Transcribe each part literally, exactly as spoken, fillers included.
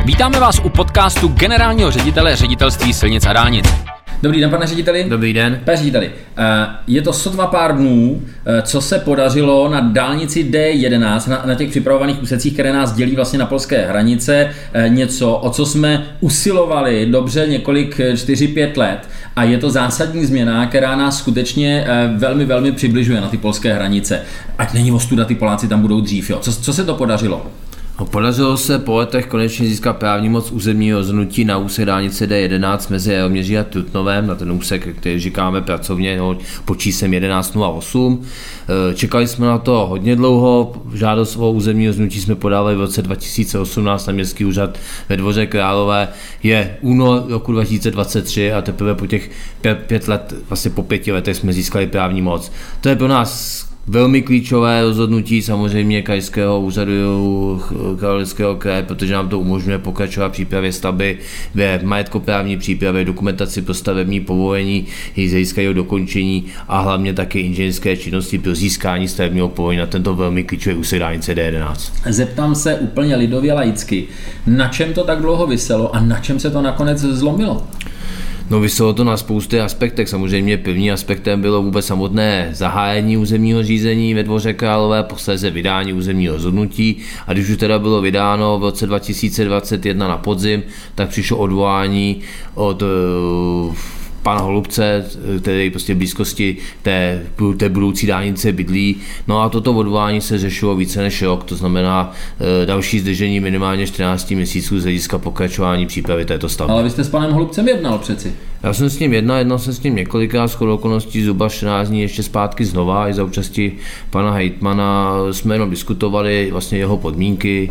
Vítáme vás u podcastu generálního ředitele Ředitelství silnic a dálnic. Dobrý den, pane řediteli. Dobrý den. Pane řediteli, je to sotva pár dnů, co se podařilo na dálnici D jedenáct, na, na těch připravovaných úsecích, které nás dělí vlastně na polské hranice, něco, o co jsme usilovali dobře několik, čtyři pět let. A je to zásadní změna, která nás skutečně velmi, velmi přibližuje na ty polské hranice. Ať není ostuda, ty Poláci tam budou dřív. Jo. Co, co se to podařilo? No, podařilo se po letech konečně získat právní moc územního rozhodnutí na úsek dálnice D jedenáct mezi Jaroměří a Trutnovem, na ten úsek, který říkáme pracovně no, pod číslem jedenáct nula osm. Čekali jsme na to hodně dlouho, žádost o územní rozhodnutí jsme podávali v roce dva tisíce osmnáct na Městský úřad ve Dvoře Králové. Je únor roku dva tisíce dvacet tři a teprve po těch pět, pět let, vlastně po pěti letech jsme získali právní moc. To je pro nás velmi klíčové rozhodnutí samozřejmě krajského úřadu Královéhradeckého kraje, protože nám to umožňuje pokračovat v přípravě stavby, ve majetkoprávní přípravě, dokumentaci pro stavební povolení, její získání dokončení a hlavně také inženýrské činnosti pro získání stavebního povolení na tento velmi klíčový úsek dálnice D jedenáct. Zeptám se úplně lidově laicky, na čem to tak dlouho viselo a na čem se to nakonec zlomilo? No, vyselo to na spoustě aspektech. Samozřejmě první aspektem bylo vůbec samotné zahájení územního řízení ve Dvoře Králové, posléze vydání územního rozhodnutí a když už teda bylo vydáno v roce dva tisíce dvacet jedna na podzim, tak přišlo odvolání od uh, pana Holubce, který prostě v blízkosti té, té budoucí dálnice bydlí. No a toto odvolání se řešilo více než rok, to znamená e, další zdržení minimálně čtrnáct měsíců z hlediska pokračování přípravy této stavby. Ale vy jste s panem Holubcem jednal přeci. Já jsem s ním jednal, jednal jsem s ním několikrát, shodou okolností zhruba čtrnáct dní ještě zpátky znova, i za účasti pana hejtmana jsme jenom diskutovali vlastně jeho podmínky,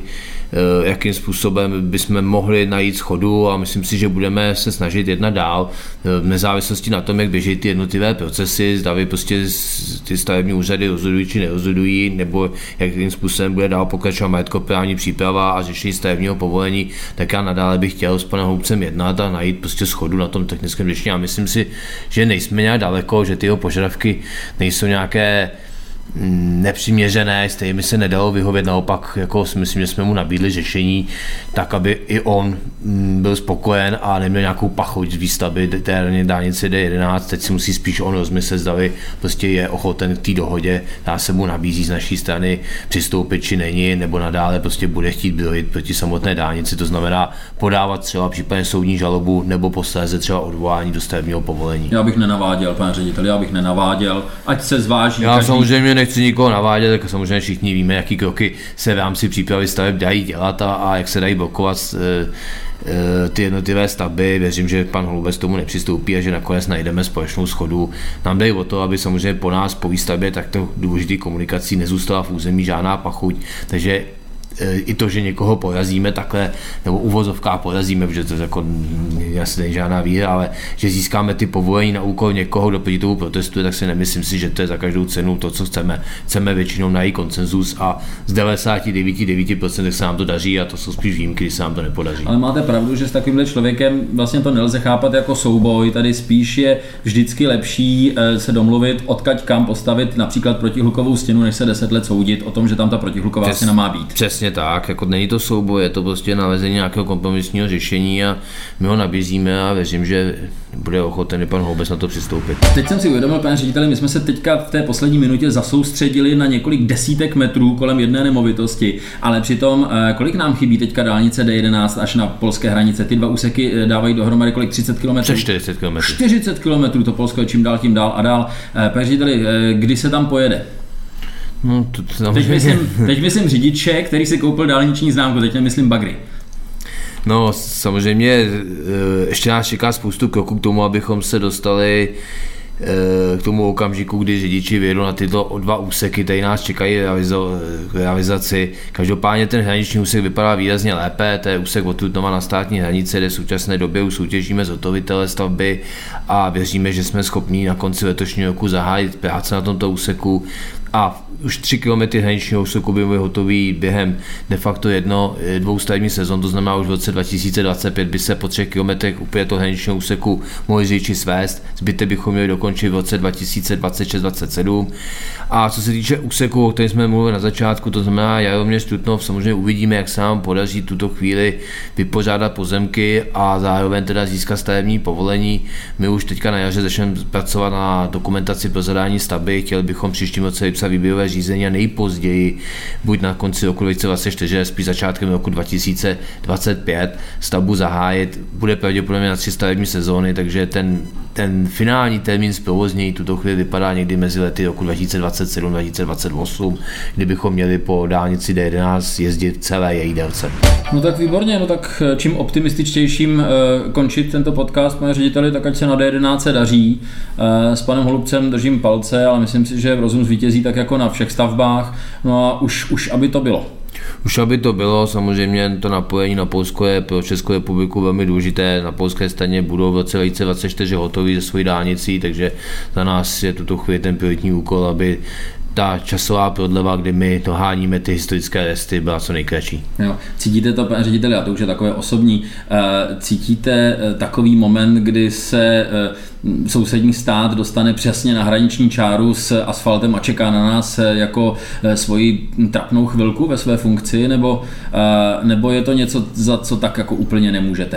jakým způsobem bychom mohli najít shodu a myslím si, že budeme se snažit jednat dál v nezávislosti na tom, jak běží ty jednotlivé procesy, zda by prostě ty stavební úřady rozhodují či nerozhodují, nebo jakým způsobem bude dál pokračovat majetkoprávní příprava a řešení stavebního povolení, tak já nadále bych chtěl s panem Holubcem jednat a najít prostě shodu na tom technickém řešení. A myslím si, že nejsme nějak daleko, že ty jeho požadavky nejsou nějaké nepřiměřené, s kterými se nedalo vyhovět, naopak jako si myslím, že jsme mu nabídli řešení tak, aby i on byl spokojen a neměl nějakou pachuť z výstavby té dálnice D jedenáct. Teď si musí spíš on rozmyslet, zdali prostě je ochoten k té dohodě, dá se mu nabízí z naší strany přistoupit či není, nebo nadále prostě bude chtít brojit proti samotné dálnici, to znamená podávat třeba případně soudní žalobu nebo posléze třeba odvolání do stavebního povolení. Já bych nenaváděl, pane ředitel, já bych nenaváděl, ať se zváží. Já každý... samozřejmě nechci nikoho navádět, tak samozřejmě všichni víme, jaký kroky se v rámci přípravy staveb dají dělat a, a jak se dají blokovat e, e, ty jednotlivé stavby. Věřím, že pan Holubec tomu nepřistoupí a že nakonec najdeme společnou shodu. Nám jde o to, aby samozřejmě po nás, po výstavbě takto důležitý komunikací nezůstala v území žádná pachuť, takže i to, že někoho porazíme takhle, nebo uvozovká porazíme, protože to jako jasně není žádná výhra, ale že získáme ty povolení na úkol někoho, kdo proti tomu protestuje, tak si nemyslím si, že to je za každou cenu to, co chceme. Chceme většinou najít konsenzus a z devadesát devět celá devět procent se nám to daří a to jsou spíš výjimky, když se nám to nepodaří. Ale máte pravdu, že s takovýmhle člověkem vlastně to nelze chápat jako souboj, tady spíš je vždycky lepší se domluvit, odkud kam postavit například protihlukovou stěnu, než se deset let soudit o tom, že tam ta protihluková Přes, stěna má být. Přesně tak, jako není to souboj, je to prostě nalezení nějakého kompromisního řešení a my ho nabízíme a věřím, že bude ochoten i pan Holubec na to přistoupit. Teď jsem si uvědomil, pane řediteli, my jsme se teďka v té poslední minutě zasoustředili na několik desítek metrů kolem jedné nemovitosti, ale přitom kolik nám chybí teďka dálnice D jedenáct až na polské hranice? Ty dva úseky dávají dohromady kolik třicet kilometrů? čtyřicet kilometrů. čtyřicet kilometrů, to Polsko je čím dál tím dál a dál. Pane řediteli, kdy se tam pojede? No, to, to teď, myslím, teď myslím řidiče, který si koupil dálniční známku, teď nemyslím bagry. No samozřejmě ještě nás čeká spoustu kroků k tomu, abychom se dostali k tomu okamžiku, kdy řidiči vyjedou na tyto dva úseky, tady nás čekají realizaci. Každopádně ten hraniční úsek vypadá výrazně lépe, to je úsek od Trutnova na státní hranici, kde v současné době už soutěžíme zhotovitele stavby a věříme, že jsme schopni na konci letošního roku zahájit práce na tomto úseku a už tři kilometry hraničního úseku by byly hotový během de facto jedno, dvou stavebních sezon, to znamená už v roce dva tisíce dvacet pět by se po třech kilometrech úplně toho hraničního úseku mohli řidiči svést, zbytek bychom měli dokončit v roce dva tisíce dvacet šest dvacet sedm. A co se týče úseku, o kterém jsme mluvili na začátku, to znamená Jaroměř Trutnov, samozřejmě uvidíme, jak se nám podaří tuto chvíli vypořádat pozemky a zároveň teda získat stavební povolení. My už teďka na jaře začneme pracovat na dokumentaci pro zadání stavby, chtěli bychom příštím roce vypsat výběrové řízení a nejpozději, buď na konci roku dva tisíce dvacet čtyři, spíš začátkem roku dva tisíce dvacet pět, stavbu zahájit. Bude pravděpodobně na tři stavební sezóny, takže ten, ten finální termín zprovoznění tuto chvíli vypadá někdy mezi lety roku dva tisíce dvacet sedm dva tisíce dvacet osm, kdybychom měli po dálnici D jedenáct jezdit celé její délce. No tak výborně, no tak čím optimističtějším uh, končit tento podcast, pane řediteli, tak ať se na D jedenáct daří. Uh, s panem Holubcem držím palce, ale myslím si, že rozum zvítězí tak jako na všech stavbách, no a už, už aby to bylo. Už aby to bylo, samozřejmě to napojení na Polsko je pro Českou republiku velmi důležité. Na polské straně budou v roce dva tisíce dvacet čtyři hotoví ze svojí dálnicí, takže za nás je tuto chvíli ten prioritní úkol, aby ta časová prodleva, kdy my doháníme ty historické resty, byla co nejkratší. Jo. Cítíte to, pane řediteli, a to už je takové osobní, cítíte takový moment, kdy se sousední stát dostane přesně na hraniční čáru s asfaltem a čeká na nás jako svoji trapnou chvilku ve své funkci, nebo, nebo je to něco, za co tak jako úplně nemůžete?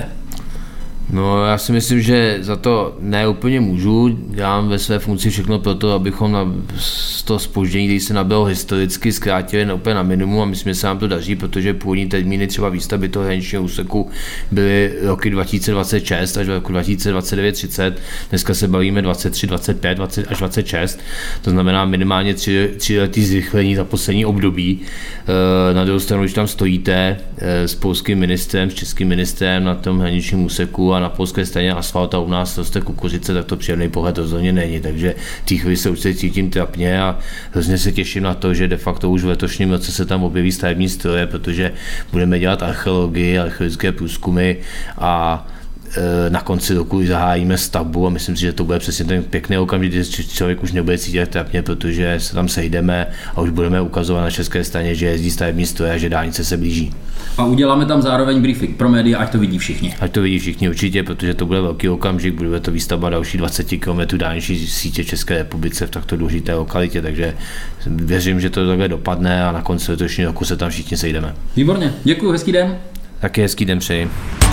No, já si myslím, že za to ne úplně můžu. Dělám ve své funkci všechno pro to, abychom na to zpoždění, který se nabylo historicky, zkrátili na úplně na minimum a myslím, že se nám to daří, protože původní termíny třeba výstavby toho hraničního úseku byly roky dva tisíce dvacet šest až roku dva tisíce dvacet devět třicet. Dneska se bavíme dvacet tři, dvacet pět, dvacet až dvacet šest. To znamená minimálně tři, tři letý zrychlení za poslední období. Na druhou stranu, když tam stojíte s polským ministrem, s českým ministrem na tom hraničním úseku a na polské straně asfalt a u nás roste kukuřice, tak to příjemný pohled rozhodně není, takže tí chvíli se už se cítím trapně a hrozně se těším na to, že de facto už v letošním roce se tam objeví stavební stroje, protože budeme dělat archeologii, archeologické průzkumy a na konci roku zahájíme stavbu a myslím si, že to bude přesně ten pěkný okamžik, kdy člověk už nebude cítit trapně, protože se tam sejdeme a už budeme ukazovat na české straně, že jezdí stavební stroje a že dálnice se blíží. A uděláme tam zároveň briefing pro média, ať to vidí všichni. Ať to vidí všichni určitě, protože to bude velký okamžik, bude to výstavba další dvacet kilometrů dálniční sítě České republice v takto důležité lokalitě, takže věřím, že to takhle dopadne a na konci letošního roku se tam všichni sejdeme. Výborně, děkuji, hezký den. Taky hezký den přeji.